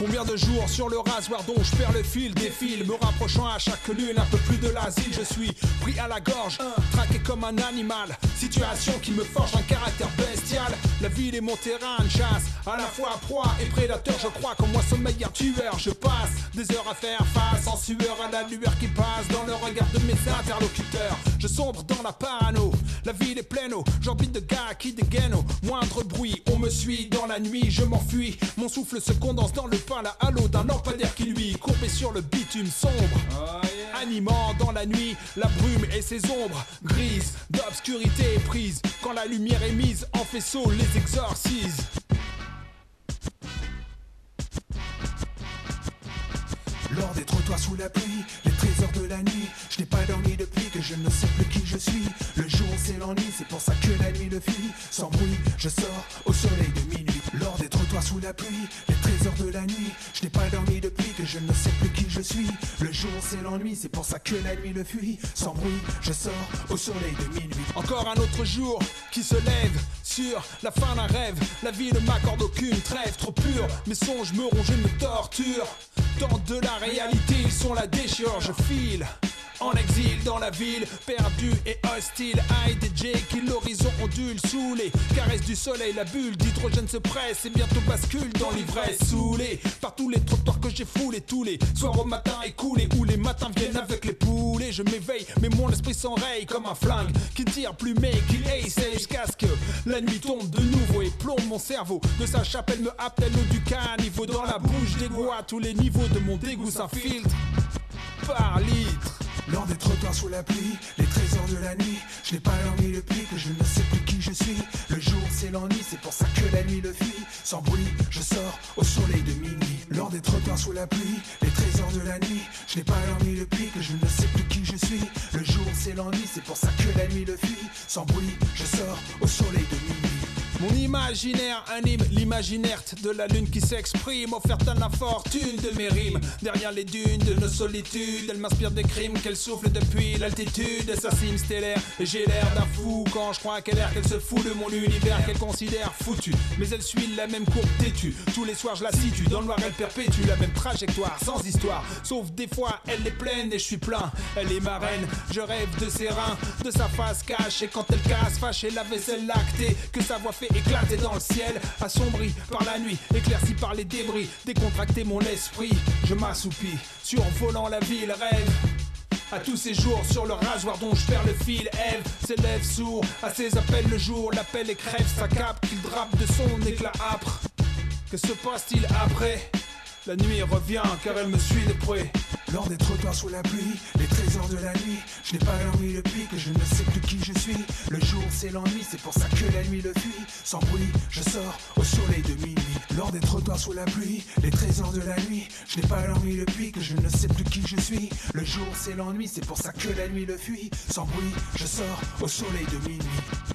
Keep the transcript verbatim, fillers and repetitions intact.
Combien de jours sur le rasoir dont je perds le fil, défile, me rapprochant à chaque lune un peu plus de l'asile. Je suis pris à la gorge, traqué comme un animal, situation qui me forge un caractère bestial. La ville est mon terrain de chasse, à la fois proie et prédateur. Je crois qu'en moi sommeil un tueur. Je passe des heures à faire face, en sueur à la lueur qui passe dans le regard de mes interlocuteurs. Je sombre dans la parano, la ville est pleine au j'orbite de gars qui dégainent au moindre bruit. On me suit dans la nuit, je m'enfuis. Mon souffle se condense dans le pain, la halo d'un lampadaire qui lui courbé sur le bitume sombre. Oh yeah. Animant dans la nuit la brume et ses ombres grises d'obscurité prise. Quand la lumière est mise en faisceau, les exorcise. Lors des trottoirs sous la pluie, les trésors de la nuit. Je n'ai pas dormi depuis que je ne sais plus qui je suis. Le jour c'est l'ennui, c'est pour ça que la nuit le fuit. Sans bruit, je sors au soleil de minuit. Lors des trottoirs sous la pluie, les trésors de la nuit. Je n'ai pas dormi depuis que je ne sais plus qui je suis. Le jour c'est l'ennui, c'est pour ça que la nuit le fuit. Sans bruit, je sors au soleil de minuit. Encore un autre jour qui se lève sur la fin d'un rêve. La vie ne m'accorde aucune trêve, trop pure. Mes songes me rongent et me torturent. Tant de la réalité, ils sont la déchure. Je file en exil dans la ville, perdu et hostile. Hyde et Jekyll, l'horizon ondule sous les caresses du soleil. La bulle d'hydrogène se presse et bientôt bascule dans l'ivresse. Saoulé par tous les trottoirs que j'ai foulés, tous les soirs au matin écoulés, où les matins viennent avec les poulets. Je m'éveille, mais mon esprit s'enraye comme un flingue qui tire plus mais qui essaie jusqu'à ce que la nuit tombe de nouveau et plombe mon cerveau. De sa chapelle me appelle l'eau du caniveau. Dans la bouche d'égout, à tous les niveaux de mon dégoût s'infiltre par litre. Lors des trottoirs sous la pluie, les trésors de la nuit. Je n'ai pas dormi depuis que je ne sais plus qui je suis. Le jour c'est l'ennui, c'est pour ça que la nuit le fuit. Sans bruit, je sors au soleil de minuit. Lors des trottoirs sous la pluie, les trésors de la nuit. Je n'ai pas dormi depuis que je ne sais plus qui je suis. Le jour c'est l'ennui, c'est pour ça que la nuit le fuit. Sans bruit, je sors au soleil de minuit. Mon imaginaire anime l'imaginaire de la lune qui s'exprime, offerte à la fortune de mes rimes. Derrière les dunes de nos solitudes, elle m'inspire des crimes qu'elle souffle depuis l'altitude de sa cime stellaire. Et j'ai l'air d'un fou quand je crois qu'elle erre, qu'elle se fout de mon univers qu'elle considère foutu. Mais elle suit la même courbe têtue, tous les soirs je la situe. Dans le noir elle perpétue la même trajectoire, sans histoire. Sauf des fois elle est pleine et je suis plein. Elle est ma reine, je rêve de ses reins, de sa face cachée quand elle casse, fâchée la vaisselle lactée, que sa voix fait éclaté dans le ciel, assombri par la nuit, éclairci par les débris, décontracté mon esprit, je m'assoupis, survolant la ville, rêve à tous ces jours sur le rasoir dont je perds le fil. Ève s'élève sourd à ses appels le jour, l'appel et crève sa cape qu'il drape de son éclat âpre. Que se passe-t-il après? La nuit revient car elle me suit de près. Lors des trottoirs sous la pluie, les trésors de la nuit. Je n'ai pas dormi depuis que je ne sais plus qui je suis. Le jour c'est l'ennui, c'est pour ça que la nuit le fuit. Sans bruit, je sors au soleil de minuit. Lors des trottoirs sous la pluie, les trésors de la nuit. Je n'ai pas dormi depuis que je ne sais plus qui je suis. Le jour c'est l'ennui, c'est pour ça que la nuit le fuit. Sans bruit, je sors au soleil de minuit.